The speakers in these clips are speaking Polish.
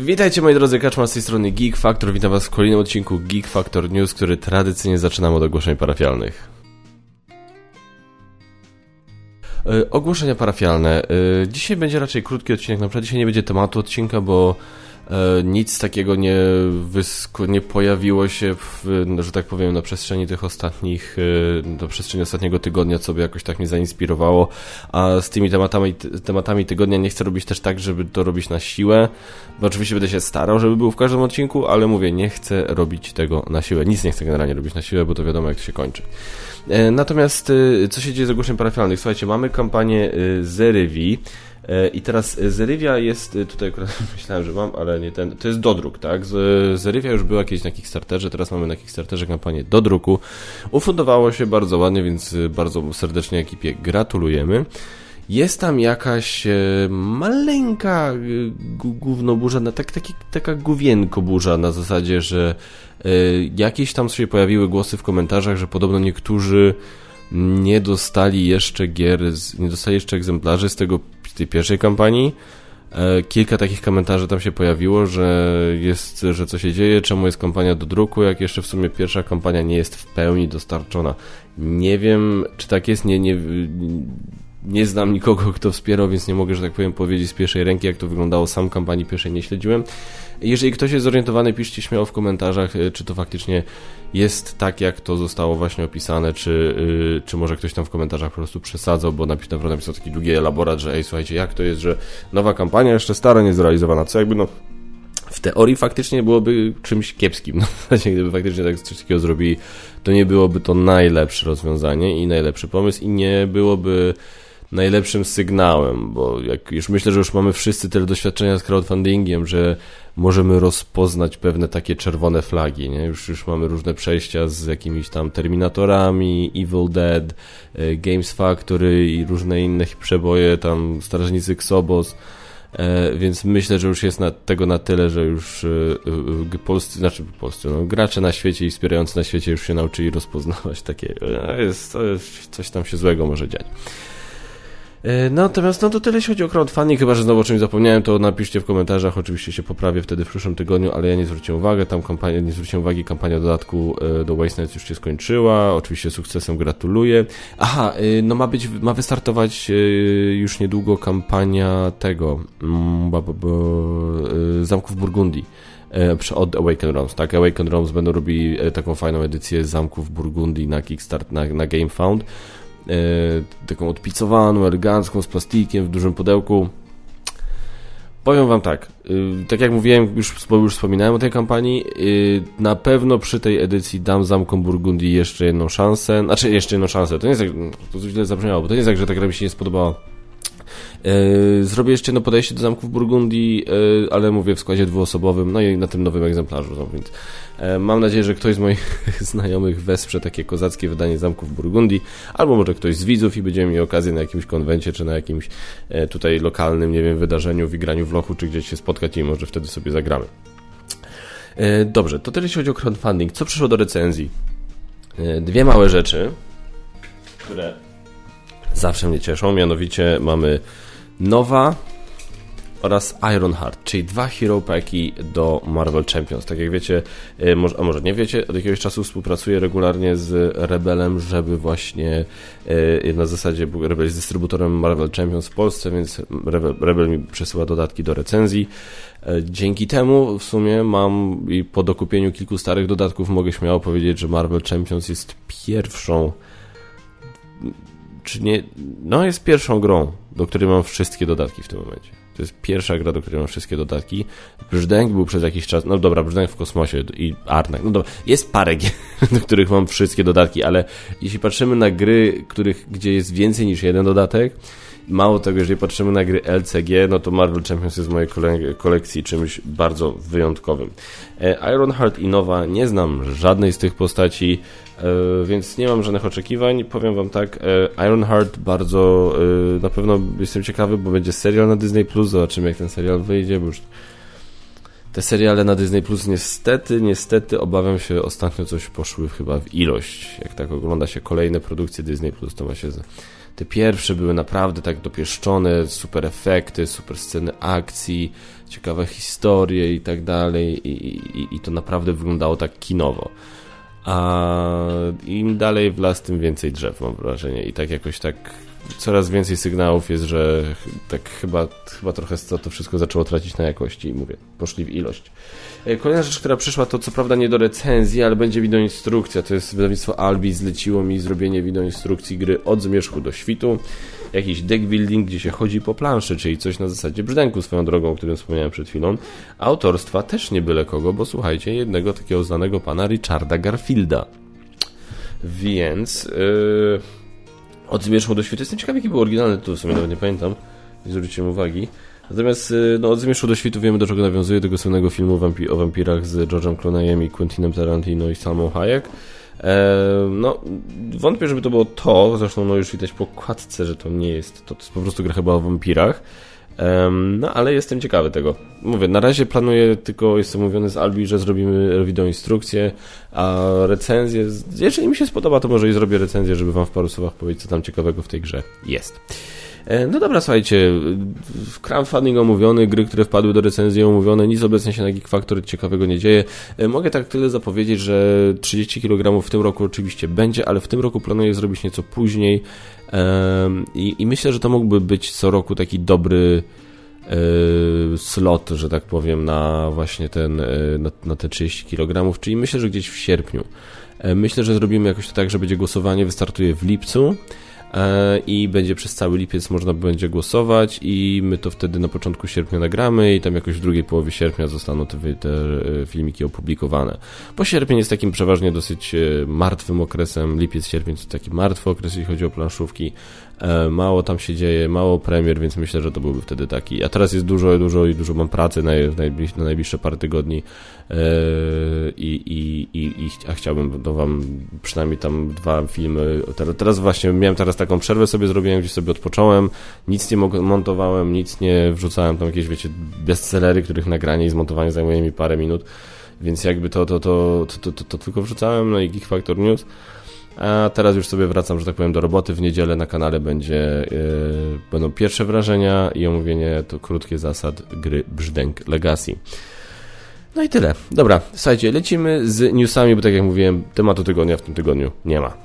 Witajcie moi drodzy, Kaczma z tej strony Geek Factor. Witam was w kolejnym odcinku Geek Factor News, który tradycyjnie zaczynamy od ogłoszeń parafialnych. Ogłoszenia parafialne. Dzisiaj będzie raczej krótki odcinek, na przykład dzisiaj nie będzie tematu odcinka, bo nic takiego nie pojawiło się, że tak powiem, na przestrzeni tych ostatniego tygodnia, co by jakoś tak mnie zainspirowało, a z tymi tematami tygodnia nie chcę robić też tak, żeby to robić na siłę, bo oczywiście będę się starał, żeby był w każdym odcinku, ale mówię, nie chcę robić tego na siłę, nic nie chcę generalnie robić na siłę, bo to wiadomo jak to się kończy. Natomiast co się dzieje z ogłoszeń parafialnych? Słuchajcie, mamy kampanię Zerywii. I teraz Zerywia jest, tutaj akurat myślałem, że mam, ale nie ten, to jest dodruk, tak? Zerywia już była kiedyś na Kickstarterze, teraz mamy na Kickstarterze kampanię do druku. Ufundowało się bardzo ładnie, więc bardzo serdecznie ekipie gratulujemy. Jest tam jakaś maleńka gównoburza, taka gówienko burza na zasadzie, że jakieś tam się pojawiły głosy w komentarzach, że podobno niektórzy nie dostali jeszcze egzemplarzy z tej pierwszej kampanii. Kilka takich komentarzy tam się pojawiło, że co się dzieje, czemu jest kampania do druku, jak jeszcze w sumie pierwsza kampania nie jest w pełni dostarczona. Nie wiem, czy tak jest, nie znam nikogo, kto wspierał, więc nie mogę, że tak powiem, powiedzieć z pierwszej ręki, jak to wyglądało. Sam kampanii pierwszej nie śledziłem. Jeżeli ktoś jest zorientowany, piszcie śmiało w komentarzach, czy to faktycznie jest tak, jak to zostało właśnie opisane, czy może ktoś tam w komentarzach po prostu przesadzał, bo naprawdę napisał taki długi elaborat, że słuchajcie, jak to jest, że nowa kampania, jeszcze stara, nie zrealizowana, co jakby w teorii faktycznie byłoby czymś kiepskim. W zasadzie, gdyby faktycznie tak coś takiego zrobili, to nie byłoby to najlepsze rozwiązanie i najlepszy pomysł i nie byłoby najlepszym sygnałem, bo jak już myślę, że już mamy wszyscy tyle doświadczenia z crowdfundingiem, że możemy rozpoznać pewne takie czerwone flagi, nie? Już mamy różne przejścia z jakimiś tam Terminatorami, Evil Dead, Games Factory i różne inne przeboje, tam Strażnicy Xobos, więc myślę, że już jest tego na tyle, że już gracze na świecie i wspierający na świecie już się nauczyli rozpoznawać takie, coś tam się złego może dziać. Natomiast to tyle, jeśli chodzi o crowdfunding, chyba że znowu o czymś zapomniałem, to napiszcie w komentarzach, oczywiście się poprawię wtedy w przyszłym tygodniu, ale ja nie zwróciłem uwagi, kampania dodatku do Wastelands już się skończyła, oczywiście sukcesem gratuluję. Aha, ma wystartować już niedługo kampania tego Zamków Burgundii od Awaken Realms, tak? Awaken Realms będą robili taką fajną edycję Zamków Burgundii na Kickstart, na GameFound. Taką odpicowaną, elegancką, z plastikiem, w dużym pudełku. Powiem wam tak jak mówiłem, już wspominałem o tej kampanii, na pewno przy tej edycji dam Zamkom Burgundii jeszcze jedną szansę, to nie jest tak, to źle zabrzmiało, bo to nie jest tak, że ta gra mi się nie spodobała. Zrobię jeszcze jedno podejście do Zamków Burgundii, ale mówię w składzie dwuosobowym, no i na tym nowym egzemplarzu, więc mam nadzieję, że ktoś z moich znajomych wesprze takie kozackie wydanie Zamków Burgundii, albo może ktoś z widzów i będziemy mieli okazję na jakimś konwencie, czy na jakimś tutaj lokalnym, nie wiem, wydarzeniu, w igraniu w lochu, czy gdzieś się spotkać i może wtedy sobie zagramy. Dobrze, to tyle jeśli chodzi o crowdfunding. Co przyszło do recenzji? Dwie małe rzeczy, które zawsze mnie cieszą, mianowicie mamy Nowa oraz Ironheart, czyli 2 hero packi do Marvel Champions. Tak jak wiecie, a może nie wiecie, od jakiegoś czasu współpracuję regularnie z Rebelem, żeby właśnie na zasadzie Rebel jest dystrybutorem Marvel Champions w Polsce, więc Rebel mi przesyła dodatki do recenzji. Dzięki temu w sumie mam i po dokupieniu kilku starych dodatków mogę śmiało powiedzieć, że Marvel Champions jest pierwszą jest pierwszą grą, do której mam wszystkie dodatki w tym momencie. To jest pierwsza gra, do której mam wszystkie dodatki. Brzdęk był przez jakiś czas, Brzdęk w kosmosie i Arnak, jest parę gier, do których mam wszystkie dodatki, ale jeśli patrzymy na gry, gdzie jest więcej niż jeden dodatek, mało tego, jeżeli patrzymy na gry LCG, to Marvel Champions jest w mojej kolekcji czymś bardzo wyjątkowym. Ironheart i Nowa, nie znam żadnej z tych postaci, więc nie mam żadnych oczekiwań. Powiem wam tak, Ironheart bardzo na pewno jestem ciekawy, bo będzie serial na Disney+, zobaczymy jak ten serial wyjdzie, bo już te seriale na Disney Plus niestety obawiam się, ostatnio coś poszły chyba w ilość. Jak tak ogląda się kolejne produkcje Disney Plus, to właśnie te pierwsze były naprawdę tak dopieszczone, super efekty, super sceny akcji, ciekawe historie i tak dalej i to naprawdę wyglądało tak kinowo. A im dalej w las, tym więcej drzew, mam wrażenie. I tak jakoś tak coraz więcej sygnałów jest, że tak chyba trochę to wszystko zaczęło tracić na jakości i mówię, poszli w ilość. Kolejna rzecz, która przyszła, to co prawda nie do recenzji, ale będzie wideoinstrukcja. To jest wydawnictwo Albi, zleciło mi zrobienie wideoinstrukcji gry Od Zmierzchu do Świtu. Jakiś deck building, gdzie się chodzi po planszy, czyli coś na zasadzie brzdęku swoją drogą, o którym wspomniałem przed chwilą. Autorstwa też nie byle kogo, bo słuchajcie, jednego takiego znanego pana Richarda Garfielda. Więc Od Zmierzchu do Świtu. Jestem ciekawy, jaki był oryginalny tytuł, w sumie nawet nie pamiętam. Nie zwróćcie mi uwagi. Natomiast Od Zmierzchu do Świtu wiemy, do czego nawiązuje, tego słynnego filmu o wampirach z George'em Clooneyem i Quentinem Tarantino i Salmą Hayek. Wątpię, żeby to było to, zresztą już widać po okładce, że to nie jest to jest po prostu gra chyba o wampirach. Ale jestem ciekawy tego. Mówię, na razie planuję, tylko jestem umówiony z Albi, że zrobimy wideoinstrukcję, a recenzję, jeżeli mi się spodoba, to może i zrobię recenzję, żeby wam w paru słowach powiedzieć, co tam ciekawego w tej grze jest. No dobra, słuchajcie, crowdfunding omówiony, gry, które wpadły do recenzji omówione, nic obecnie się na Geek Factor ciekawego nie dzieje. Mogę tak tyle zapowiedzieć, że 30 kg w tym roku oczywiście będzie, ale w tym roku planuję zrobić nieco później i myślę, że to mógłby być co roku taki dobry slot, że tak powiem, na właśnie na te 30 kg, czyli myślę, że gdzieś w sierpniu. Myślę, że zrobimy jakoś to tak, że będzie głosowanie, wystartuje w lipcu i będzie przez cały lipiec można będzie głosować i my to wtedy na początku sierpnia nagramy i tam jakoś w drugiej połowie sierpnia zostaną te filmiki opublikowane. Bo sierpień jest takim przeważnie dosyć martwym okresem, lipiec, sierpień to taki martwy okres, jeśli chodzi o planszówki. Mało tam się dzieje, mało premier, więc myślę, że to byłby wtedy taki. A teraz jest dużo mam pracy na najbliższe parę tygodni a chciałbym wam przynajmniej tam 2 filmy. Teraz właśnie miałem taką przerwę sobie zrobiłem, gdzie sobie odpocząłem, nic nie montowałem, nic nie wrzucałem, tam jakieś, wiecie, bestsellery, których nagranie i zmontowanie zajmuje mi parę minut, więc jakby to tylko wrzucałem na Geek Factor News. A teraz już sobie wracam, że tak powiem, do roboty. W niedzielę na kanale będą pierwsze wrażenia i omówienie to krótkie zasad gry Brzdęk Legacy. No i tyle. Dobra, słuchajcie, lecimy z newsami, bo tak jak mówiłem, tematu tygodnia w tym tygodniu nie ma.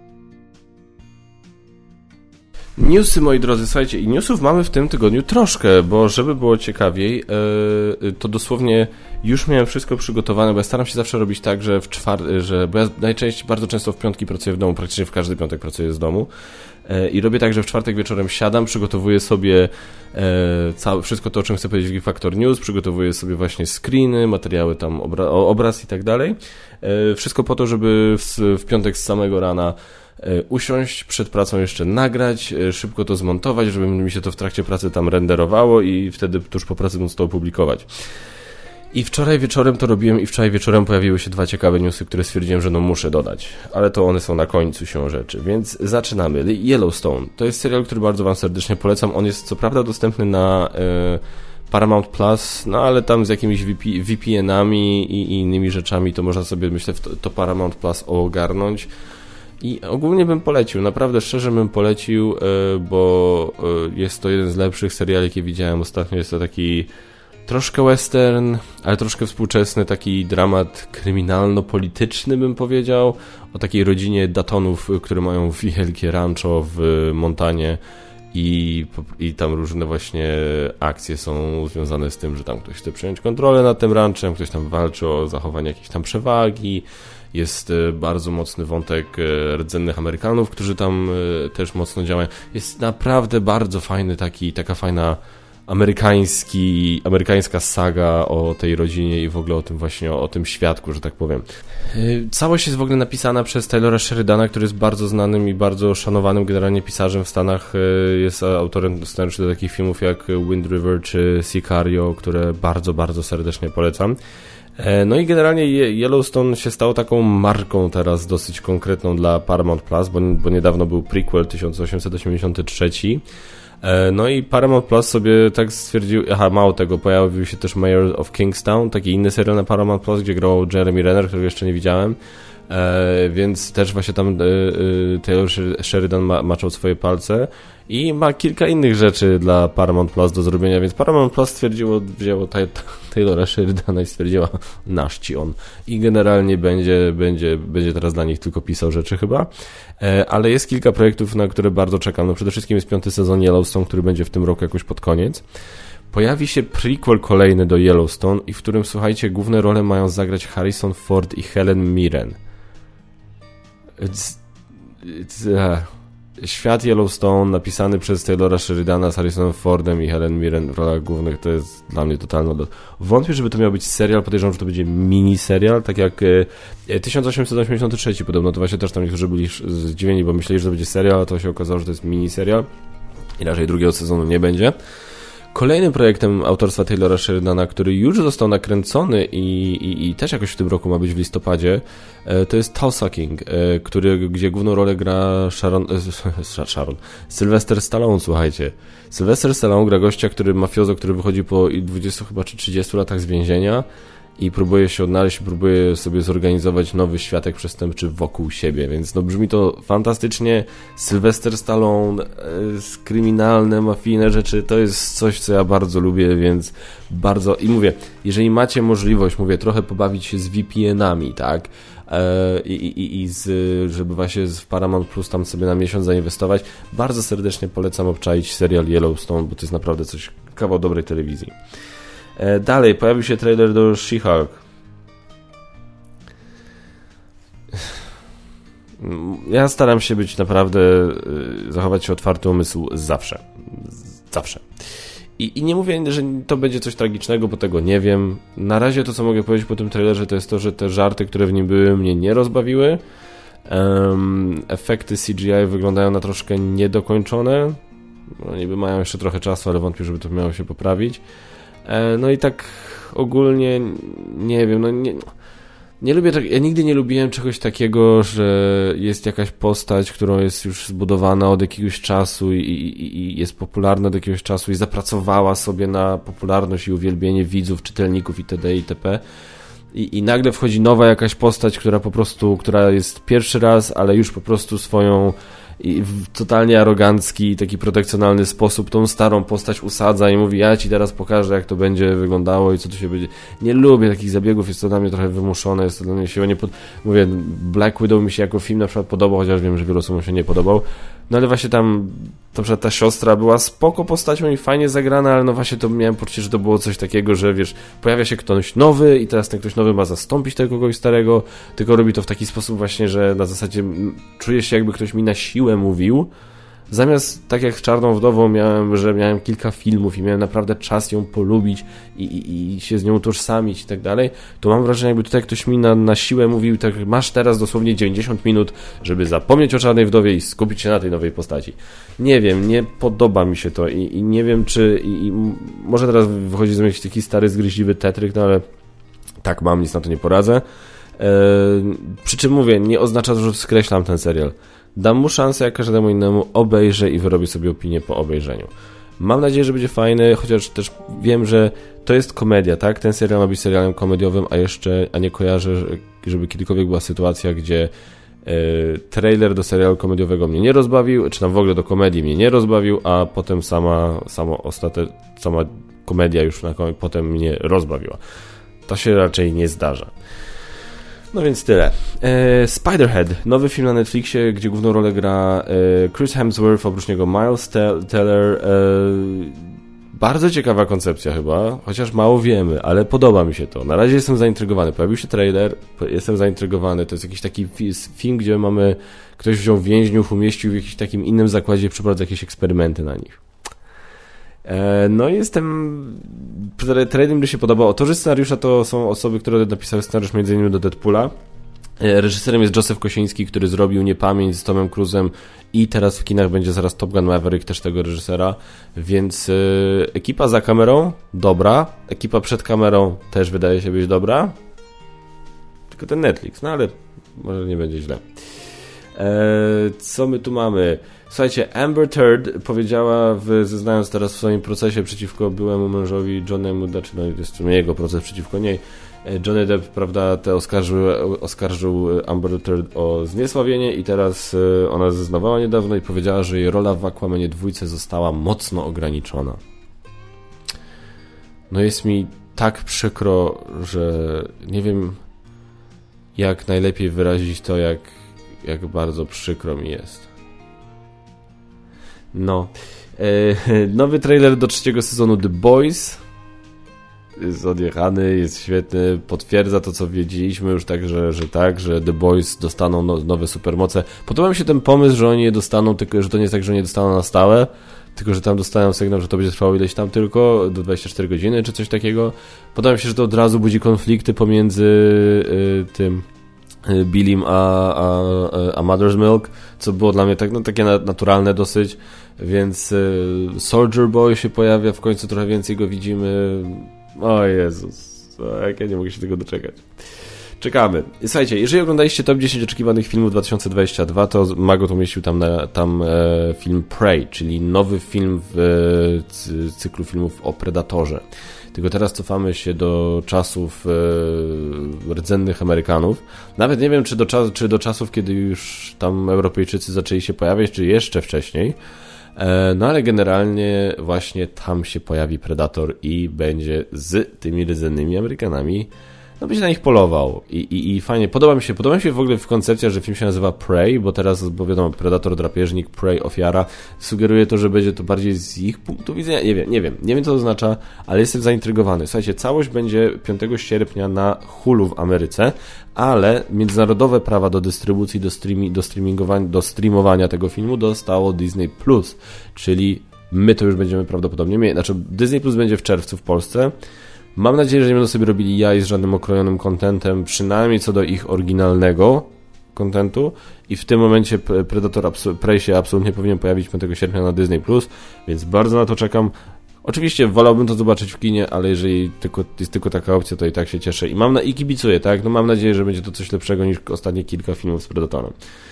Newsy, moi drodzy, słuchajcie, i newsów mamy w tym tygodniu troszkę, bo żeby było ciekawiej, to dosłownie już miałem wszystko przygotowane, bo ja staram się zawsze robić tak, że bo ja bardzo często w piątki pracuję w domu, praktycznie w każdy piątek pracuję z domu i robię tak, że w czwartek wieczorem siadam, przygotowuję sobie wszystko to, o czym chcę powiedzieć w Geek Factor News, przygotowuję sobie właśnie screeny, materiały tam, obraz i tak dalej. Wszystko po to, żeby w piątek z samego rana usiąść, przed pracą jeszcze nagrać, szybko to zmontować, żeby mi się to w trakcie pracy tam renderowało i wtedy tuż po pracy móc to opublikować. I wczoraj wieczorem to robiłem i wczoraj wieczorem pojawiły się 2 ciekawe newsy, które stwierdziłem, że muszę dodać. Ale to one są na końcu siłą rzeczy, więc zaczynamy. Yellowstone. To jest serial, który bardzo wam serdecznie polecam. On jest co prawda dostępny na Paramount Plus, no ale tam z jakimiś VPN-ami i innymi rzeczami to można sobie, myślę, to Paramount Plus ogarnąć. I ogólnie bym polecił, naprawdę szczerze bym polecił, bo jest to jeden z lepszych seriali, jakie widziałem ostatnio. Jest to taki troszkę western, ale troszkę współczesny, taki dramat kryminalno-polityczny, bym powiedział, o takiej rodzinie Datonów, które mają wielkie rancho w Montanie i tam różne właśnie akcje są związane z tym, że tam ktoś chce przejąć kontrolę nad tym ranchem, ktoś tam walczy o zachowanie jakiejś tam przewagi. Jest bardzo mocny wątek rdzennych Amerykanów, którzy tam też mocno działają. Jest naprawdę bardzo fajny taka fajna amerykańska saga o tej rodzinie i w ogóle o tym właśnie, o tym świadku, że tak powiem. Całość jest w ogóle napisana przez Taylora Sheridana, który jest bardzo znanym i bardzo szanowanym generalnie pisarzem w Stanach. Jest autorem scenariuszy do takich filmów jak Wind River czy Sicario, które bardzo, bardzo serdecznie polecam. No i generalnie Yellowstone się stało taką marką teraz dosyć konkretną dla Paramount Plus, bo niedawno był prequel 1883, No i Paramount Plus sobie tak stwierdził, mało tego, pojawił się też Mayor of Kingstown, taki inny serial na Paramount Plus, gdzie grał Jeremy Renner, którego jeszcze nie widziałem, więc też właśnie tam Taylor Sheridan maczał swoje palce i ma kilka innych rzeczy dla Paramount Plus do zrobienia, więc Paramount Plus wzięło Taylora Sheridana i stwierdziła, nasz ci on. I generalnie będzie teraz dla nich tylko pisał rzeczy chyba. Ale jest kilka projektów, na które bardzo czekam. No przede wszystkim jest 5. sezon Yellowstone, który będzie w tym roku jakoś pod koniec. Pojawi się prequel kolejny do Yellowstone i w którym, słuchajcie, główne role mają zagrać Harrison Ford i Helen Mirren. Świat Yellowstone napisany przez Taylora Sheridana z Harrisonem Fordem i Helen Mirren w rolach głównych to jest dla mnie totalne. Wątpię, żeby to miał być serial, podejrzewam, że to będzie mini serial, tak jak 1883 podobno, to właśnie też tam niektórzy byli zdziwieni, bo myśleli, że to będzie serial, a to się okazało, że to jest mini serial i raczej drugiego sezonu nie będzie. Kolejnym projektem autorstwa Taylora Sheridana, który już został nakręcony i też jakoś w tym roku ma być w listopadzie, to jest Tulsa King, gdzie główną rolę gra Sylvester Stallone, słuchajcie. Sylvester Stallone gra gościa, mafiozo, który wychodzi po 20 chyba czy 30 latach z więzienia i próbuje się odnaleźć, próbuje sobie zorganizować nowy światek przestępczy wokół siebie, więc no brzmi to fantastycznie. Sylvester Stallone, kryminalne, mafijne rzeczy, to jest coś, co ja bardzo lubię, więc bardzo, i mówię, jeżeli macie możliwość, trochę pobawić się z VPN-ami, tak, żeby właśnie w Paramount Plus tam sobie na miesiąc zainwestować, bardzo serdecznie polecam obczaić serial Yellowstone, bo to jest naprawdę kawał dobrej telewizji. Dalej, pojawił się trailer do She-Hulk. Ja staram się być naprawdę, zachować się otwarty umysł zawsze. Zawsze. I nie mówię, że to będzie coś tragicznego, bo tego nie wiem. Na razie to, co mogę powiedzieć po tym trailerze, to jest to, że te żarty, które w nim były, mnie nie rozbawiły. Efekty CGI wyglądają na troszkę niedokończone. No, niby mają jeszcze trochę czasu, ale wątpię, żeby to miało się poprawić. No i tak ogólnie nie wiem, nie lubię tak, ja nigdy nie lubiłem czegoś takiego, że jest jakaś postać, która jest już zbudowana od jakiegoś czasu i jest popularna od jakiegoś czasu i zapracowała sobie na popularność i uwielbienie widzów, czytelników itd. itp. I nagle wchodzi nowa jakaś postać, która jest pierwszy raz, ale już po prostu swoją i w totalnie arogancki, taki protekcjonalny sposób tą starą postać usadza i mówi, ja ci teraz pokażę, jak to będzie wyglądało i co tu się będzie. Nie lubię takich zabiegów, jest to dla mnie trochę wymuszone, jest to dla mnie siłą Mówię, Black Widow mi się jako film na przykład podobał, chociaż wiem, że wielu osobom się nie podobał. No ale właśnie tam na przykład ta siostra była spoko postacią i fajnie zagrana, ale no właśnie to miałem poczucie, że to było coś takiego, że wiesz, pojawia się ktoś nowy i teraz ten ktoś nowy ma zastąpić tego kogoś starego, tylko robi to w taki sposób właśnie, że na zasadzie czuję się, jakby ktoś mi na siłę mówił, zamiast tak jak z Czarną Wdową miałem kilka filmów i miałem naprawdę czas ją polubić i się z nią utożsamić i tak dalej, to mam wrażenie, jakby tutaj ktoś mi na siłę mówił, tak masz teraz dosłownie 90 minut, żeby zapomnieć o Czarnej Wdowie i skupić się na tej nowej postaci. Nie wiem, nie podoba mi się to i nie wiem, czy może teraz wychodzi z mnie jakiś taki stary, zgryźliwy tetryk, no ale tak mam, nic na to nie poradzę. Przy czym mówię, nie oznacza to, że skreślam ten serial. Dam mu szansę jak każdemu innemu, obejrzę i wyrobię sobie opinię po obejrzeniu. Mam nadzieję, że będzie fajny, chociaż też wiem, że to jest komedia, tak? Ten serial ma być serialem komediowym, a nie kojarzę, żeby kiedykolwiek była sytuacja, gdzie trailer do serialu komediowego mnie nie rozbawił, czy tam w ogóle do komedii mnie nie rozbawił, a potem sama komedia już potem mnie rozbawiła. To się raczej nie zdarza. No więc tyle. Spiderhead, nowy film na Netflixie, gdzie główną rolę gra Chris Hemsworth, oprócz niego Miles Teller. Bardzo ciekawa koncepcja chyba, chociaż mało wiemy, ale podoba mi się to. Na razie jestem zaintrygowany. Pojawił się trailer, jestem zaintrygowany. To jest jakiś taki film, gdzie ktoś wziął więźniów, umieścił w jakimś takim innym zakładzie i przeprowadza jakieś eksperymenty na nich. No trailer mi się podobał. Autorzy scenariusza to są osoby, które napisały scenariusz m.in. do Deadpoola. Reżyserem jest Joseph Kosinski, który zrobił Niepamięć z Tomem Cruise'em i teraz w kinach będzie zaraz Top Gun Maverick, też tego reżysera, więc ekipa za kamerą dobra, ekipa przed kamerą też wydaje się być dobra, tylko ten Netflix, no ale może nie będzie źle. Co my tu mamy? Słuchajcie, Amber Heard powiedziała, zeznając teraz w swoim procesie przeciwko byłemu mężowi Johnny'emu, znaczy no jest to nie jego proces przeciwko niej, Johnny Depp, prawda, oskarżył Amber Heard o zniesławienie i teraz ona zeznawała niedawno i powiedziała, że jej rola w Aquamanie 2 została mocno ograniczona. No jest mi tak przykro, że nie wiem jak najlepiej wyrazić to, jak bardzo przykro mi jest. No. Nowy trailer do 3. sezonu The Boys jest odjechany, jest świetny, potwierdza to, co wiedzieliśmy już że The Boys dostaną nowe supermoce. Podoba mi się ten pomysł, że oni je dostaną, tylko że to nie jest tak, że oni je dostaną na stałe, tylko że tam dostają sygnał, że to będzie trwało ileś tam tylko, do 24 godziny, czy coś takiego. Podoba mi się, że to od razu budzi konflikty pomiędzy tym Billim a Mother's Milk, co było dla mnie takie naturalne dosyć, więc Soldier Boy się pojawia, w końcu trochę więcej go widzimy. O Jezus, jak ja nie mogę się tego doczekać. Czekamy. Słuchajcie, jeżeli oglądaliście top 10 oczekiwanych filmów 2022, to Magot umieścił tam film Prey, czyli nowy film w cyklu filmów o Predatorze. Tylko teraz cofamy się do czasów rdzennych Amerykanów. Nawet nie wiem, czy do czasów, kiedy już tam Europejczycy zaczęli się pojawiać, czy jeszcze wcześniej. No ale generalnie właśnie tam się pojawi Predator i będzie z tymi rdzennymi Amerykanami, no będzie na nich polował i fajnie, podoba mi się w ogóle w koncepcja, że film się nazywa Prey, bo wiadomo, Predator, drapieżnik, Prey, ofiara, sugeruje to, że będzie to bardziej z ich punktu widzenia, nie wiem co to oznacza, ale jestem zaintrygowany. Słuchajcie, całość będzie 5 sierpnia na Hulu w Ameryce, ale międzynarodowe prawa do dystrybucji, do streamowania tego filmu dostało Disney+, czyli my to już będziemy prawdopodobnie mieli, znaczy Disney Plus będzie w czerwcu w Polsce. Mam nadzieję, że nie będą sobie robili jaj z żadnym okrojonym contentem, przynajmniej co do ich oryginalnego contentu i w tym momencie Prey się absolutnie powinien pojawić 5 sierpnia na Disney+, więc bardzo na to czekam. Oczywiście wolałbym to zobaczyć w kinie, ale jeżeli jest tylko taka opcja, to i tak się cieszę i kibicuję, tak? No mam nadzieję, że będzie to coś lepszego niż ostatnie kilka filmów z Predatorem.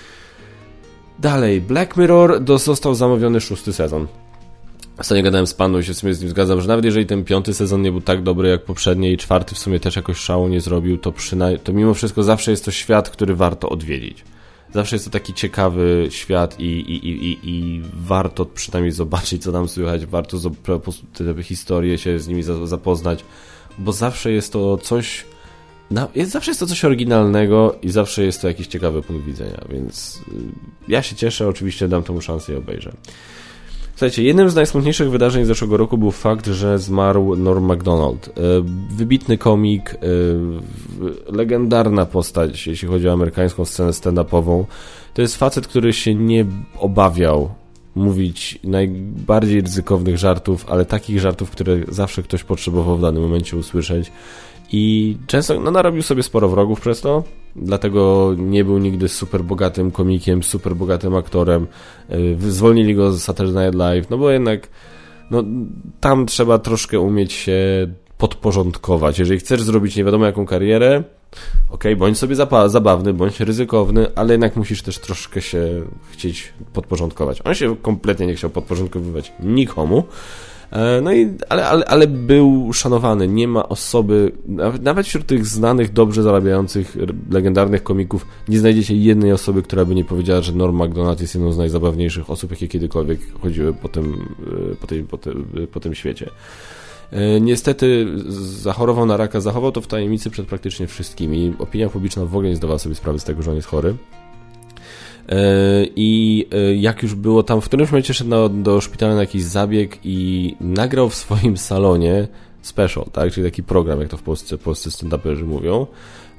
Dalej, Black Mirror został zamówiony 6. sezon. Ostatnio gadałem z panem i się w sumie z nim zgadzam, że nawet jeżeli ten 5. sezon nie był tak dobry jak poprzedni i 4. w sumie też jakoś szału nie zrobił, to mimo wszystko zawsze jest to świat, który warto odwiedzić. Zawsze jest to taki ciekawy świat i warto przynajmniej zobaczyć, co tam słychać, warto te historie się z nimi zapoznać, bo zawsze jest to coś... Zawsze jest to coś oryginalnego i zawsze jest to jakiś ciekawy punkt widzenia, więc ja się cieszę, oczywiście dam temu szansę i obejrzę. Słuchajcie, jednym z najsmutniejszych wydarzeń z zeszłego roku był fakt, że zmarł Norm Macdonald. Wybitny komik, legendarna postać, jeśli chodzi o amerykańską scenę stand-upową. To jest facet, który się nie obawiał mówić najbardziej ryzykownych żartów, ale takich żartów, które zawsze ktoś potrzebował w danym momencie usłyszeć. I często narobił sobie sporo wrogów przez to, dlatego nie był nigdy super bogatym komikiem, super bogatym aktorem. Zwolnili go z Saturday Night Live, no bo jednak tam trzeba troszkę umieć się podporządkować. Jeżeli chcesz zrobić nie wiadomo jaką karierę, okej, bądź sobie zabawny, bądź ryzykowny, ale jednak musisz też troszkę się chcieć podporządkować. On się kompletnie nie chciał podporządkowywać nikomu. No i, ale był szanowany. Nie ma osoby, nawet wśród tych znanych, dobrze zarabiających, legendarnych komików, nie znajdziecie jednej osoby, która by nie powiedziała, że Norm Macdonald jest jedną z najzabawniejszych osób, jakie kiedykolwiek chodziły po tym świecie. Niestety zachorował na raka, zachował to w tajemnicy przed praktycznie wszystkimi. Opinia publiczna w ogóle nie zdawała sobie sprawy z tego, że on jest chory. I jak już było tam, w którymś momencie szedł do szpitala na jakiś zabieg i nagrał w swoim salonie special, tak? Czyli taki program, jak to w polscy stand-uperzy mówią.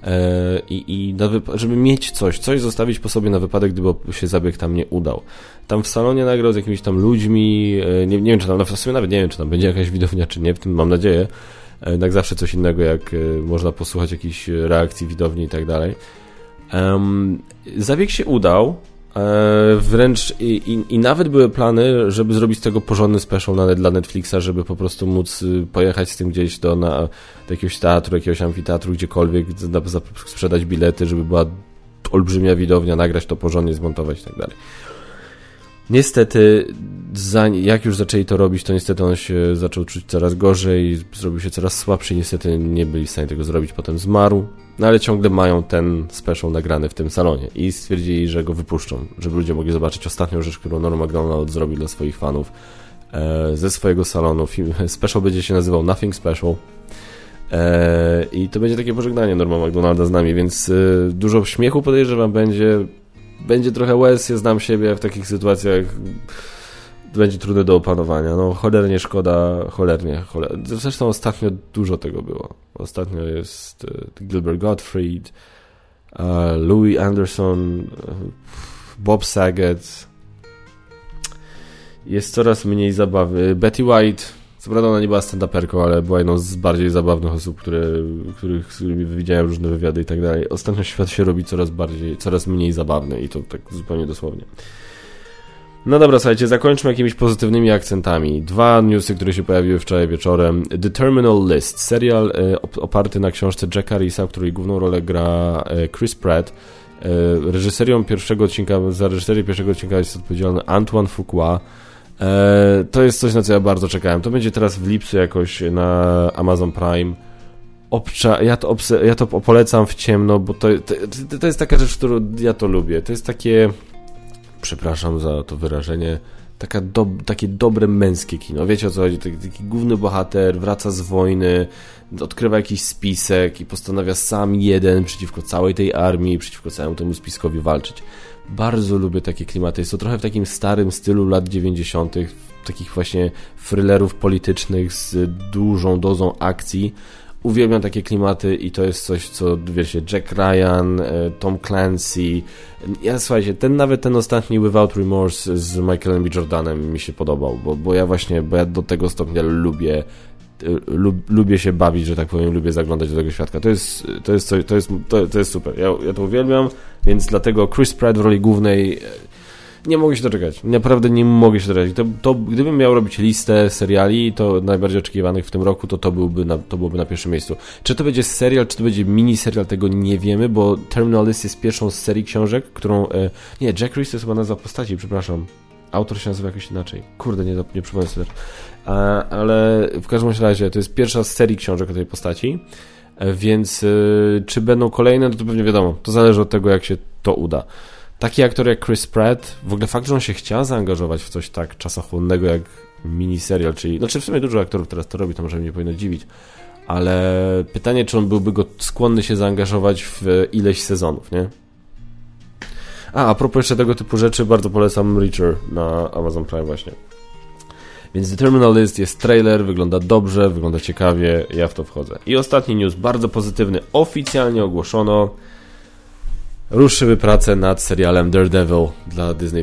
Żeby mieć coś zostawić po sobie na wypadek, gdyby się zabieg tam nie udał. Tam w salonie nagrał z jakimiś tam ludźmi, nie wiem, czy tam, w sumie nawet nie wiem, czy tam będzie jakaś widownia, czy nie, w tym mam nadzieję. Jednak zawsze coś innego, jak można posłuchać jakichś reakcji widowni i tak dalej. Zabieg się udał, wręcz i nawet były plany, żeby zrobić z tego porządny special dla Netflixa, żeby po prostu móc pojechać z tym gdzieś do jakiegoś teatru, jakiegoś amfiteatru, gdziekolwiek, sprzedać bilety, żeby była olbrzymia widownia, nagrać to porządnie, zmontować i tak dalej. Niestety, jak już zaczęli to robić, to niestety on się zaczął czuć coraz gorzej, zrobił się coraz słabszy i niestety nie byli w stanie tego zrobić, potem zmarł. No ale ciągle mają ten special nagrany w tym salonie i stwierdzili, że go wypuszczą, żeby ludzie mogli zobaczyć ostatnią rzecz, którą Norm Macdonald zrobił dla swoich fanów ze swojego salonu. Special będzie się nazywał Nothing Special i to będzie takie pożegnanie Norma Macdonalda z nami, więc dużo śmiechu podejrzewam będzie trochę łez, ja znam siebie w takich sytuacjach, będzie trudne do opanowania. No cholernie szkoda, cholernie. Zresztą ostatnio dużo tego było. Ostatnio jest Gilbert Gottfried, Louis Anderson, Bob Saget. Jest coraz mniej zabawy. Betty White, co prawda ona nie była stand-uperką, ale była jedną z bardziej zabawnych osób, z którymi widziałem różne wywiady i tak dalej. Ostatnio świat się robi coraz mniej zabawny i to tak zupełnie dosłownie. No dobra, słuchajcie, zakończmy jakimiś pozytywnymi akcentami. 2 newsy, które się pojawiły wczoraj wieczorem. The Terminal List, serial oparty na książce Jacka Reesa, w której główną rolę gra Chris Pratt. Za reżyserię pierwszego odcinka jest odpowiedzialny Antoine Fuqua. To jest coś, na co ja bardzo czekałem. To będzie teraz w lipcu jakoś na Amazon Prime. Ja to polecam w ciemno, bo to jest taka rzecz, którą ja to lubię. To jest takie... Przepraszam za to wyrażenie, takie dobre męskie kino. Wiecie o co chodzi? Taki główny bohater wraca z wojny, odkrywa jakiś spisek i postanawia sam jeden przeciwko całej tej armii, przeciwko całemu temu spiskowi walczyć. Bardzo lubię takie klimaty. Jest to trochę w takim starym stylu lat 90., takich właśnie thrillerów politycznych z dużą dozą akcji. Uwielbiam takie klimaty i to jest coś, co, wiecie, Jack Ryan, Tom Clancy. Słuchajcie, nawet ten ostatni Without Remorse z Michaelem B. Jordanem mi się podobał, bo ja do tego stopnia lubię się bawić, że tak powiem, lubię zaglądać do tego świadka. To jest super. Ja to uwielbiam, więc dlatego Chris Pratt w roli głównej nie mogę się doczekać. Naprawdę nie mogę się doczekać. Gdybym miał robić listę seriali, to najbardziej oczekiwanych w tym roku, to byłby na pierwszym miejscu. Czy to będzie serial, czy to będzie miniserial, tego nie wiemy, bo Terminal List jest pierwszą z serii książek, którą... Nie, Jack Reese to jest chyba nazwa postaci, przepraszam. Autor się nazywa jakoś inaczej. Kurde, nie przypomnę sobie. Ale w każdym razie to jest pierwsza z serii książek o tej postaci, więc czy będą kolejne, to pewnie wiadomo. To zależy od tego, jak się to uda. Taki aktor jak Chris Pratt, w ogóle fakt, że on się chciał zaangażować w coś tak czasochłonnego jak miniserial, czyli... Znaczy w sumie dużo aktorów teraz to robi, to może mnie powinno dziwić, ale pytanie, czy on byłby skłonny się zaangażować w ileś sezonów, nie? A propos jeszcze tego typu rzeczy, bardzo polecam Reacher na Amazon Prime właśnie. Więc The Terminal List jest trailer, wygląda dobrze, wygląda ciekawie, ja w to wchodzę. I ostatni news, bardzo pozytywny, oficjalnie ogłoszono, ruszyły prace nad serialem Daredevil dla Disney+.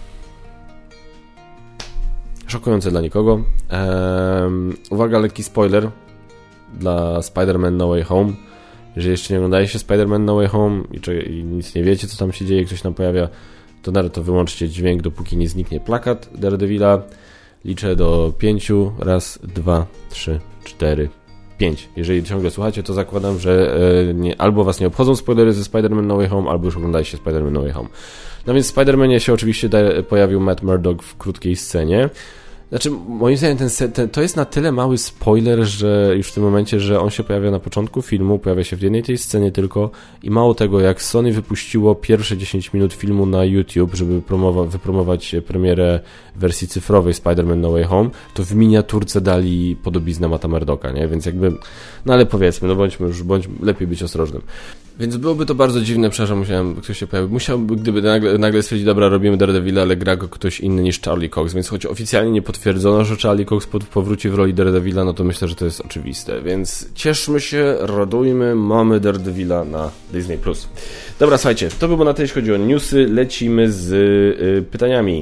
Szokujące dla nikogo. Uwaga, lekki spoiler dla Spider-Man No Way Home. Jeżeli jeszcze nie oglądaliście Spider-Man No Way Home i nic nie wiecie, co tam się dzieje, ktoś tam pojawia, to nawet to wyłączcie dźwięk, dopóki nie zniknie plakat Daredevila. Liczę do 5. 1, 2, 3, 4, 5. Jeżeli ciągle słuchacie, to zakładam, że albo was nie obchodzą spoilery ze Spider-Man No Way Home, albo już oglądaliście Spider-Man No Way Home. No więc w Spider-Manie się oczywiście pojawił Matt Murdock w krótkiej scenie. Znaczy, moim zdaniem to jest na tyle mały spoiler, że już w tym momencie, że on się pojawia na początku filmu, pojawia się w jednej tej scenie tylko i mało tego, jak Sony wypuściło pierwsze 10 minut filmu na YouTube, żeby wypromować premierę wersji cyfrowej Spider-Man No Way Home, to w miniaturce dali podobiznę Matta Murdocka, nie? Więc jakby, no ale powiedzmy, lepiej być ostrożnym. Więc byłoby to bardzo dziwne, przepraszam, ktoś się pojawił. Musiałby, gdyby nagle stwierdzić, dobra, robimy Daredevila, ale gra go ktoś inny niż Charlie Cox, więc choć oficjalnie nie potwierdzono, że Charlie Cox powróci w roli Daredevila, no to myślę, że to jest oczywiste. Więc cieszmy się, radujmy, mamy Daredevila na Disney+. Dobra, słuchajcie, to by było na tyle, jeśli chodzi o newsy. Lecimy z pytaniami.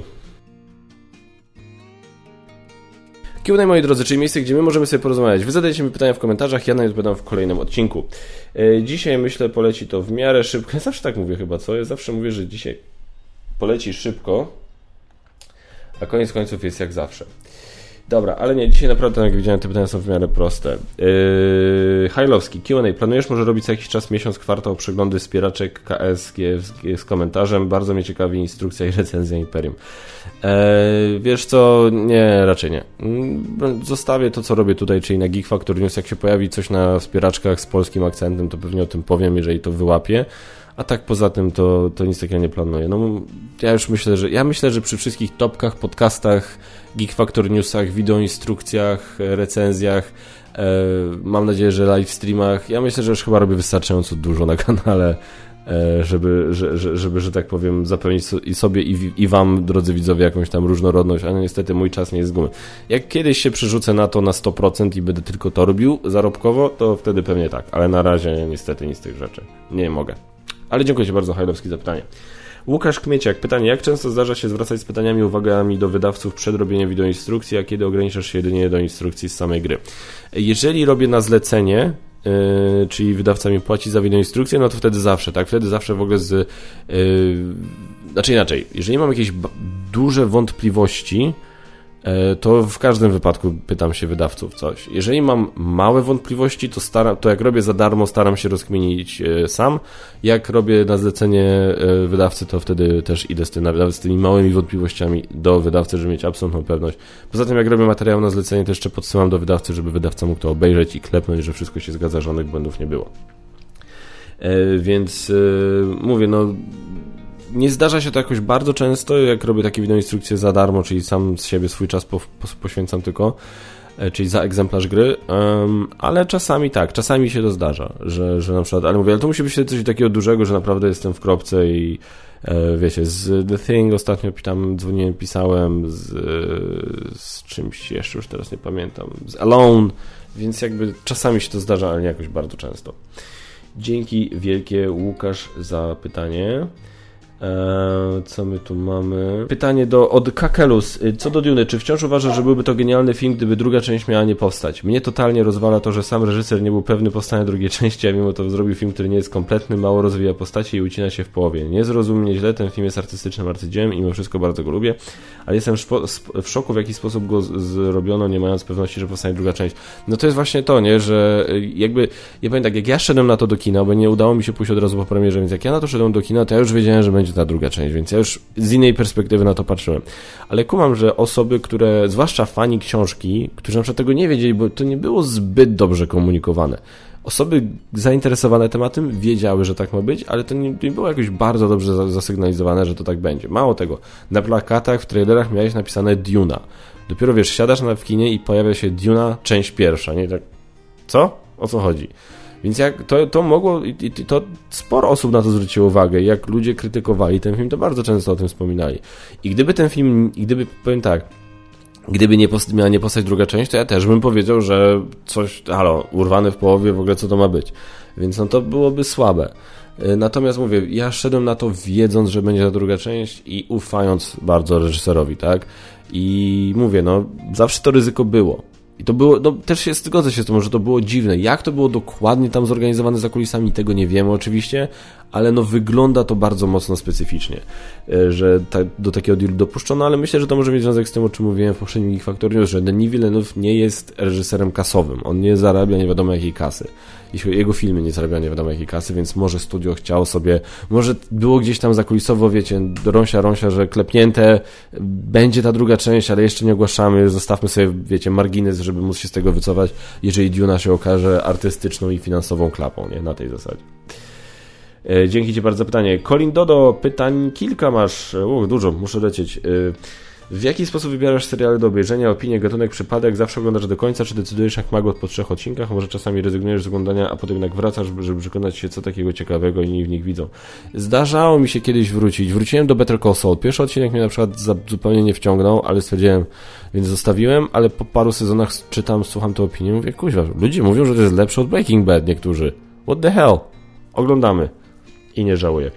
Q&A, moi drodzy, czyli miejsce, gdzie my możemy sobie porozmawiać. Wy zadajcie mi pytania w komentarzach, ja na nie odpowiadam w kolejnym odcinku. Dzisiaj, myślę, poleci to w miarę szybko. Ja zawsze tak mówię chyba, co? Ja zawsze mówię, że dzisiaj poleci szybko, a koniec końców jest jak zawsze. Dobra, ale nie, dzisiaj naprawdę, jak widziałem, te pytania są w miarę proste. Hajlowski, Q&A. Planujesz może robić co jakiś czas, miesiąc, kwartał, przeglądy wspieraczek KSG z komentarzem? Bardzo mnie ciekawi instrukcja i recenzja Imperium. Wiesz co? Nie, raczej nie. Zostawię to, co robię tutaj, czyli na Geek Factor News. Jak się pojawi coś na wspieraczkach z polskim akcentem, to pewnie o tym powiem, jeżeli to wyłapię. A tak poza tym to nic takiego nie planuję. No, ja myślę, że przy wszystkich topkach, podcastach, Geek Factor Newsach, wideoinstrukcjach, recenzjach, mam nadzieję, że live streamach, ja myślę, że już chyba robię wystarczająco dużo na kanale, żeby, że tak powiem, zapewnić i sobie i wam, drodzy widzowie, jakąś tam różnorodność, ale niestety mój czas nie jest z gumy. Jak kiedyś się przerzucę na to na 100% i będę tylko to robił zarobkowo, to wtedy pewnie tak, ale na razie niestety nic z tych rzeczy nie mogę. Ale dziękuję Ci bardzo, Hajdowski, za pytanie. Łukasz Kmieciak, pytanie, jak często zdarza się zwracać z pytaniami i uwagami do wydawców przed robieniem wideoinstrukcji, a kiedy ograniczasz się jedynie do instrukcji z samej gry? Jeżeli robię na zlecenie, czyli wydawca mi płaci za wideoinstrukcję, no to wtedy zawsze, tak? Wtedy zawsze w ogóle znaczy inaczej, jeżeli mam jakieś duże wątpliwości, to w każdym wypadku pytam się wydawców coś. Jeżeli mam małe wątpliwości, to jak robię za darmo, staram się rozkminić sam. Jak robię na zlecenie wydawcy, to wtedy też idę nawet z tymi małymi wątpliwościami do wydawcy, żeby mieć absolutną pewność. Poza tym, jak robię materiał na zlecenie, to jeszcze podsyłam do wydawcy, żeby wydawca mógł to obejrzeć i klepnąć, że wszystko się zgadza, żadnych błędów nie było. Więc mówię, no nie zdarza się to jakoś bardzo często, jak robię takie wideoinstrukcje za darmo, czyli sam z siebie swój czas poświęcam tylko, czyli za egzemplarz gry, ale czasami tak, czasami się to zdarza, że na przykład, ale mówię, ale to musi być coś takiego dużego, że naprawdę jestem w kropce i wiecie, z The Thing ostatnio tam dzwoniłem, pisałem, z czymś jeszcze, już teraz nie pamiętam, z Alone, więc jakby czasami się to zdarza, ale nie jakoś bardzo często. Dzięki wielkie, Łukasz, za pytanie. Co my tu mamy? Pytanie od Kakelus. Co do Duny, czy wciąż uważasz, że byłby to genialny film, gdyby druga część miała nie powstać? Mnie totalnie rozwala to, że sam reżyser nie był pewny powstania drugiej części, a mimo to zrobił film, który nie jest kompletny, mało rozwija postaci i ucina się w połowie. Nie zrozum mnie źle, ten film jest artystycznym arcydziełem i mimo wszystko bardzo go lubię, ale jestem w szoku, w jaki sposób go zrobiono, nie mając pewności, że powstanie druga część. No to jest właśnie to, nie? Że jakby, ja powiem tak, jak ja szedłem na to do kina, bo nie udało mi się pójść od razu po premierze, więc jak ja na to szedłem do kina, to ja już wiedziałem, że będzie ta druga część, więc ja już z innej perspektywy na to patrzyłem. Ale kumam, że osoby, zwłaszcza fani książki, którzy na przykład tego nie wiedzieli, bo to nie było zbyt dobrze komunikowane. Osoby zainteresowane tematem wiedziały, że tak ma być, ale to nie było jakoś bardzo dobrze zasygnalizowane, że to tak będzie. Mało tego, na plakatach, w trailerach miałeś napisane Duna. Dopiero wiesz, siadasz w kinie i pojawia się Duna, część pierwsza, nie? Tak, co? O co chodzi? Więc jak to mogło, i to sporo osób na to zwróciło uwagę, jak ludzie krytykowali ten film, to bardzo często o tym wspominali. I gdyby ten film, powiem tak, gdyby miała nie powstać druga część, to ja też bym powiedział, że coś, urwane w połowie, w ogóle co to ma być. Więc no to byłoby słabe. Natomiast mówię, ja szedłem na to wiedząc, że będzie ta druga część i ufając bardzo reżyserowi, tak? I mówię, no zawsze to ryzyko było. I to było, no też zgodzę się z tym, że to było dziwne. Jak to było dokładnie tam zorganizowane za kulisami, tego nie wiemy oczywiście, ale no wygląda to bardzo mocno specyficznie, że do takiego dealu dopuszczono, ale myślę, że to może mieć związek z tym, o czym mówiłem w poprzednim Geek Factor News, że Denis Villeneuve nie jest reżyserem kasowym. On nie zarabia nie wiadomo jakiej kasy. Jego filmy nie zarabia nie wiadomo jakiej kasy, więc może studio chciało sobie, może było gdzieś tam zakulisowo, wiecie, rąsia, że klepnięte, będzie ta druga część, ale jeszcze nie ogłaszamy, zostawmy sobie, wiecie, margines, żeby móc się z tego wycofać, jeżeli Duna się okaże artystyczną i finansową klapą, nie? Na tej zasadzie. Dzięki Ci bardzo za pytanie. Colin Dodo, pytań kilka masz. Dużo, muszę lecieć. W jaki sposób wybierasz seriale do obejrzenia, opinie, gatunek, przypadek? Zawsze oglądasz do końca, czy decydujesz jak Magot po 3 odcinkach? Może czasami rezygnujesz z oglądania, a potem jednak wracasz, żeby przekonać się, co takiego ciekawego inni w nich widzą? Zdarzało mi się kiedyś wrócić. Wróciłem do Better Call Saul. Pierwszy odcinek mnie na przykład zupełnie nie wciągnął, ale stwierdziłem, więc zostawiłem, ale po paru sezonach słucham tę opinię, mówię, kuźwa, ludzie mówią, że to jest lepsze od Breaking Bad niektórzy. What the hell? Oglądamy. I nie żałuję.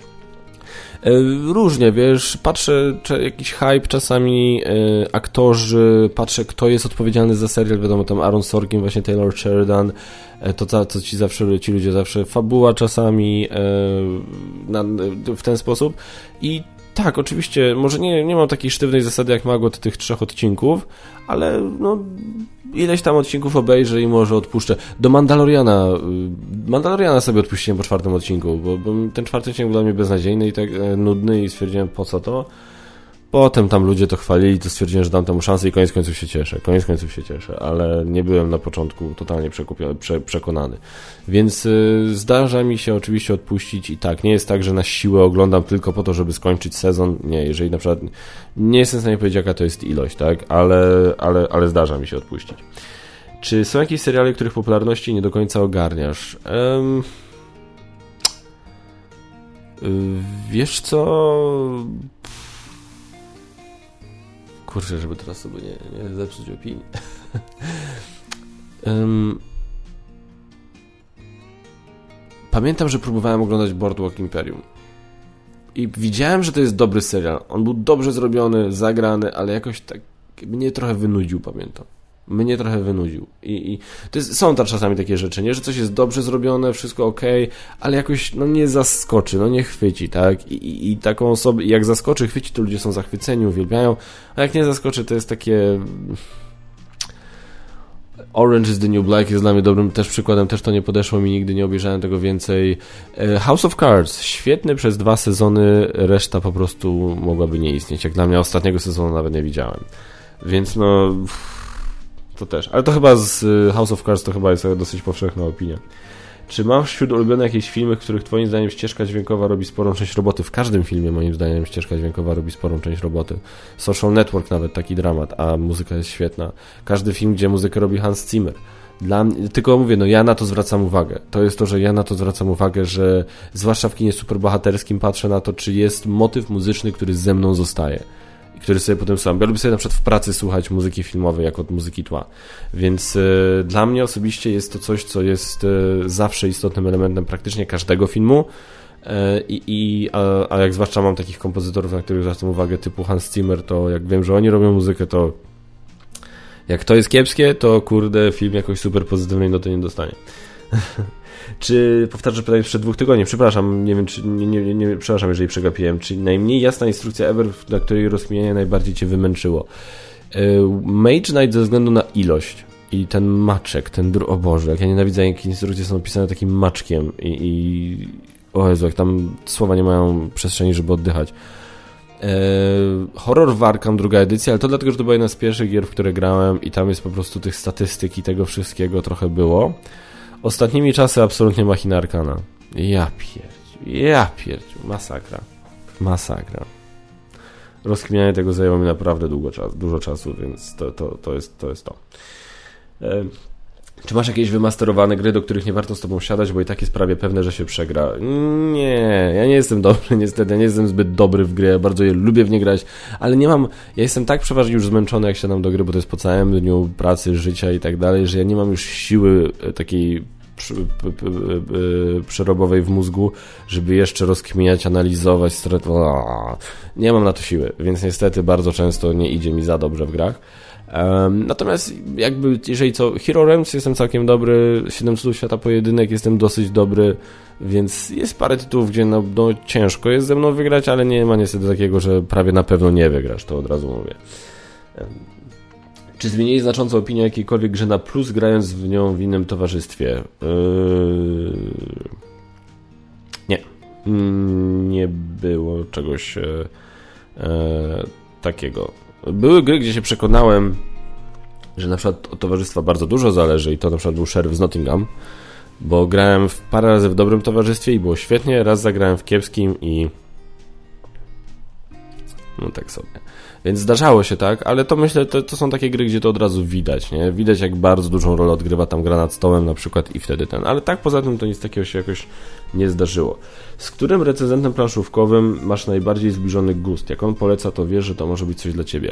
Różnie, wiesz, patrzę, jakiś hype, czasami aktorzy, patrzę, kto jest odpowiedzialny za serial, wiadomo, tam Aaron Sorkin, właśnie Taylor Sheridan, to ci ludzie zawsze, fabuła czasami w ten sposób i tak, oczywiście, może nie mam takiej sztywnej zasady jak Magot tych 3 odcinków, ale no ileś tam odcinków obejrzę i może odpuszczę. Do Mandaloriana sobie odpuściłem po 4. odcinku, bo ten 4. odcinek był dla mnie beznadziejny i tak nudny i stwierdziłem, po co to. Potem tam ludzie to chwalili, to stwierdziłem, że dam temu szansę i koniec końców się cieszę, ale nie byłem na początku totalnie przekonany. Więc zdarza mi się oczywiście odpuścić i tak, nie jest tak, że na siłę oglądam tylko po to, żeby skończyć sezon. Nie, jeżeli na przykład nie jestem w stanie powiedzieć, jaka to jest ilość, tak, ale zdarza mi się odpuścić. Czy są jakieś seriale, których popularności nie do końca ogarniasz? Wiesz co... Kurczę, żeby teraz sobie nie zepsuć opinii. Pamiętam, że próbowałem oglądać Boardwalk Imperium. I widziałem, że to jest dobry serial. On był dobrze zrobiony, zagrany, ale jakoś tak mnie trochę wynudził, pamiętam. I są tam czasami takie rzeczy, nie? Że coś jest dobrze zrobione, wszystko okej, ale jakoś nie zaskoczy, nie chwyci, tak? I taką osobę, jak zaskoczy, chwyci, to ludzie są zachwyceni, uwielbiają, a jak nie zaskoczy, to jest takie... Orange is the New Black jest dla mnie dobrym też przykładem, też to nie podeszło mi, nigdy nie obejrzałem tego więcej. House of Cards, świetny przez 2 sezony, reszta po prostu mogłaby nie istnieć, jak dla mnie ostatniego sezonu nawet nie widziałem. Więc to też. Ale to chyba z House of Cards to chyba jest dosyć powszechna opinia. Czy masz wśród ulubionych jakieś filmy, w których twoim zdaniem ścieżka dźwiękowa robi sporą część roboty? W każdym filmie moim zdaniem ścieżka dźwiękowa robi sporą część roboty. Social Network nawet taki dramat, a muzyka jest świetna. Każdy film, gdzie muzykę robi Hans Zimmer. Tylko mówię, ja na to zwracam uwagę. To jest to, że ja na to zwracam uwagę, że zwłaszcza w kinie superbohaterskim patrzę na to, czy jest motyw muzyczny, który ze mną zostaje. Który sobie potem słucham. Ja lubię sobie na przykład w pracy słuchać muzyki filmowej jako od muzyki tła. Więc dla mnie osobiście jest to coś, co jest zawsze istotnym elementem praktycznie każdego filmu. A jak zwłaszcza mam takich kompozytorów, na których zwracam uwagę, typu Hans Zimmer, to jak wiem, że oni robią muzykę, to jak to jest kiepskie, to kurde, film jakoś super pozytywnej noty nie dostanie. Czy, powtarzam pytanie sprzed 2 tygodni, przepraszam, nie wiem, czy nie przepraszam, jeżeli przegapiłem, czy najmniej jasna instrukcja ever, na której rozkminienie najbardziej cię wymęczyło? Mage Knight ze względu na ilość i ten maczek, o Boże, jak ja nienawidzę, jak instrukcje są opisane takim maczkiem o Jezu, jak tam słowa nie mają przestrzeni, żeby oddychać. Horror w Arkham, 2. edycja, ale to dlatego, że to była jedna z pierwszych gier, w które grałem i tam jest po prostu tych statystyk i tego wszystkiego trochę było. Ostatnimi czasy absolutnie Machina Arcana. Ja pierdziu. Masakra. Rozkminianie tego zajęło mi naprawdę dużo czasu, więc to jest to. Czy masz jakieś wymasterowane gry, do których nie warto z tobą siadać, bo i tak jest prawie pewne, że się przegra? Nie, ja nie jestem dobry, niestety, nie jestem zbyt dobry w gry, ja bardzo lubię w nie grać, ale ja jestem tak przeważnie już zmęczony, jak siadam do gry, bo to jest po całym dniu pracy, życia i tak dalej, że ja nie mam już siły takiej przerobowej w mózgu, żeby jeszcze rozkminiać, analizować, nie mam na to siły, więc niestety bardzo często nie idzie mi za dobrze w grach. Natomiast jeżeli Hero Realms jestem całkiem dobry, 7 cudów świata pojedynek jestem dosyć dobry, więc jest parę tytułów, gdzie ciężko jest ze mną wygrać, ale nie ma niestety takiego, że prawie na pewno nie wygrasz, to od razu mówię. Czy zmienili znacząco opinię o jakiejkolwiek grze na plus, grając w nią w innym towarzystwie? Nie. Nie było czegoś takiego. Były gry, gdzie się przekonałem, że na przykład od towarzystwa bardzo dużo zależy i to na przykład był Sheriff z Nottingham, bo grałem parę razy w dobrym towarzystwie i było świetnie, raz zagrałem w kiepskim i tak sobie. Więc zdarzało się tak, ale to myślę, to są takie gry, gdzie to od razu widać, nie? Widać, jak bardzo dużą rolę odgrywa tam gra nad stołem na przykład i wtedy ale tak poza tym to nic takiego się jakoś nie zdarzyło. Z którym recenzentem planszówkowym masz najbardziej zbliżony gust? Jak on poleca, to wiesz, że to może być coś dla ciebie.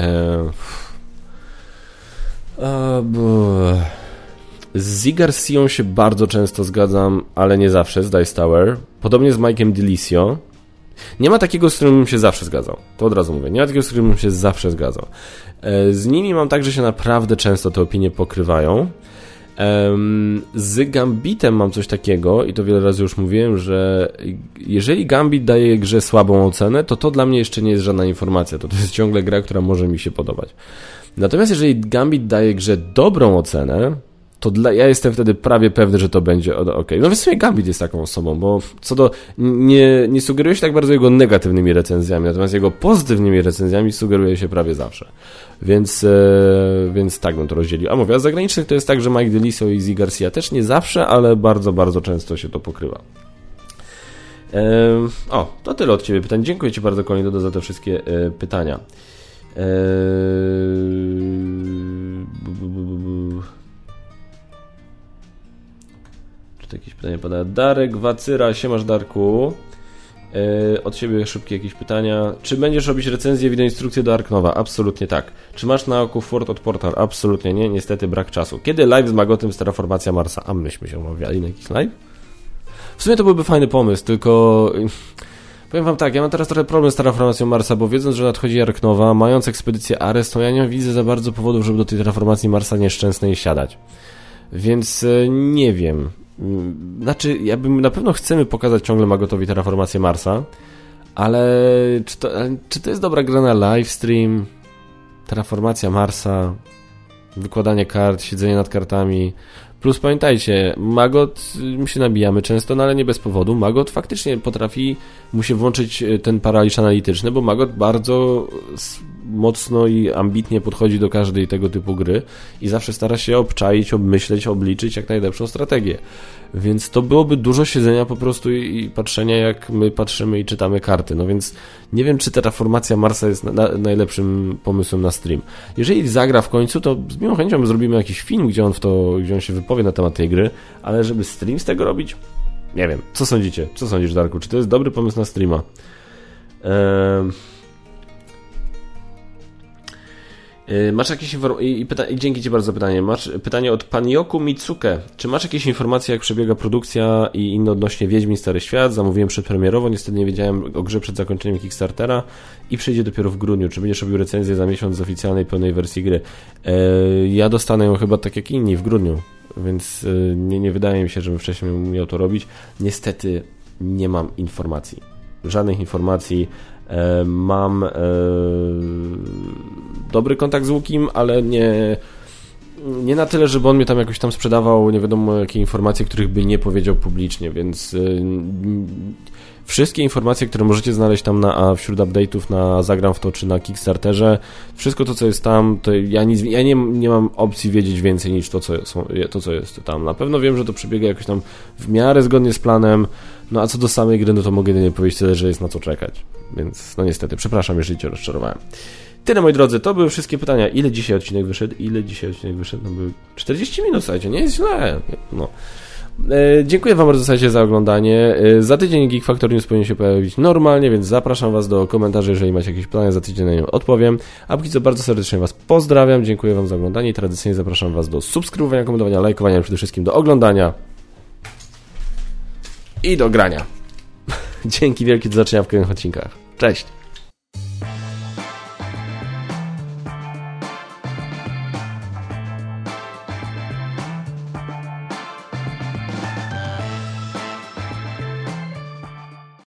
Z Zigarsią się bardzo często zgadzam, ale nie zawsze, z Dice Tower. Podobnie z Mike'em Delisio. Nie ma takiego, z którym bym się zawsze zgadzał. To od razu mówię. Nie ma takiego, z którym bym się zawsze zgadzał. Z nimi mam tak, że się naprawdę często te opinie pokrywają. Z Gambitem mam coś takiego i to wiele razy już mówiłem, że jeżeli Gambit daje grze słabą ocenę, to dla mnie jeszcze nie jest żadna informacja, to jest ciągle gra, która może mi się podobać. Natomiast jeżeli Gambit daje grze dobrą ocenę, to ja jestem wtedy prawie pewny, że to będzie ok. No w sumie Gambit jest taką osobą, bo co do nie sugeruje się tak bardzo jego negatywnymi recenzjami, natomiast jego pozytywnymi recenzjami sugeruje się prawie zawsze. Więc tak bym to rozdzielił. A mówię, a z zagranicznych to jest tak, że Mike DeLiso i Zee Garcia też nie zawsze, ale bardzo, bardzo często się to pokrywa. To tyle od Ciebie pytań. Dziękuję Ci bardzo, Konido, za te wszystkie pytania. Czy jakieś pytanie pada? Darek Wacyra, siemasz Darku. Od Ciebie szybkie jakieś pytania. Czy będziesz robić recenzję, wideoinstrukcję do Arknowa? Absolutnie tak. Czy masz na oku Fort od Portal? Absolutnie nie, niestety brak czasu. Kiedy live z Magotem z Terraformacja Marsa? A myśmy się umawiali na jakiś live? W sumie to byłby fajny pomysł, tylko powiem Wam tak, ja mam teraz trochę problem z Terraformacją Marsa, bo wiedząc, że nadchodzi Arknowa, mając ekspedycję Ares, to ja nie widzę za bardzo powodów, żeby do tej Terraformacji Marsa nieszczęsnej siadać. Więc nie wiem. Znaczy, na pewno chcemy pokazać ciągle Magotowi Terraformację Marsa, ale czy to jest dobra gra na livestream? Terraformacja Marsa, wykładanie kart, siedzenie nad kartami. Plus pamiętajcie, Magot, my się nabijamy często, no ale nie bez powodu. Magot faktycznie potrafi mu się włączyć ten paraliż analityczny, bo Magot bardzo mocno i ambitnie podchodzi do każdej tego typu gry i zawsze stara się obczaić, obmyśleć, obliczyć jak najlepszą strategię. Więc to byłoby dużo siedzenia po prostu i patrzenia, jak my patrzymy i czytamy karty. No więc nie wiem, czy Terraformacja Marsa jest najlepszym pomysłem na stream. Jeżeli zagra w końcu, to z miłą chęcią zrobimy jakiś film, gdzie on się wypowie na temat tej gry, ale żeby stream z tego robić? Nie wiem. Co sądzicie? Co sądzisz, Darku? Czy to jest dobry pomysł na streama? Masz jakieś informacje? Dzięki Ci bardzo za pytanie. Masz pytanie od Panioku Mitsuke. Czy masz jakieś informacje, jak przebiega produkcja i inne odnośnie Wiedźmin Stary Świat? Zamówiłem przedpremierowo, niestety nie wiedziałem o grze przed zakończeniem Kickstartera i przyjdzie dopiero w grudniu. Czy będziesz robił recenzję za miesiąc z oficjalnej, pełnej wersji gry? Ja dostanę ją chyba tak jak inni w grudniu, więc nie wydaje mi się, żebym wcześniej miał to robić. Niestety nie mam informacji. Żadnych informacji. Mam dobry kontakt z Łukim, ale nie na tyle, żeby on mnie tam jakoś tam sprzedawał nie wiadomo jakie informacje, których by nie powiedział publicznie, więc wszystkie informacje, które możecie znaleźć tam wśród update'ów na Zagram w to czy na Kickstarterze, wszystko to, co jest tam, to ja nie mam opcji wiedzieć więcej niż to, co jest tam. Na pewno wiem, że to przebiega jakoś tam w miarę zgodnie z planem, no a co do samej gry, no to mogę jedynie powiedzieć tyle, że jest na co czekać. Więc no niestety, przepraszam, jeżeli Cię rozczarowałem. Tyle, moi drodzy, to były wszystkie pytania. Ile dzisiaj odcinek wyszedł? No były 40 minut, słuchajcie, nie jest źle. No. Dziękuję Wam bardzo za oglądanie. Za tydzień Geek Factor News powinien się pojawić normalnie, więc zapraszam Was do komentarzy, jeżeli macie jakieś pytania, za tydzień na nie odpowiem. A póki co bardzo serdecznie Was pozdrawiam, dziękuję Wam za oglądanie i tradycyjnie zapraszam Was do subskrybowania, komentowania, lajkowania, ale przede wszystkim do oglądania i do grania. Dzięki wielkie, do zobaczenia w kolejnych odcinkach. Cześć!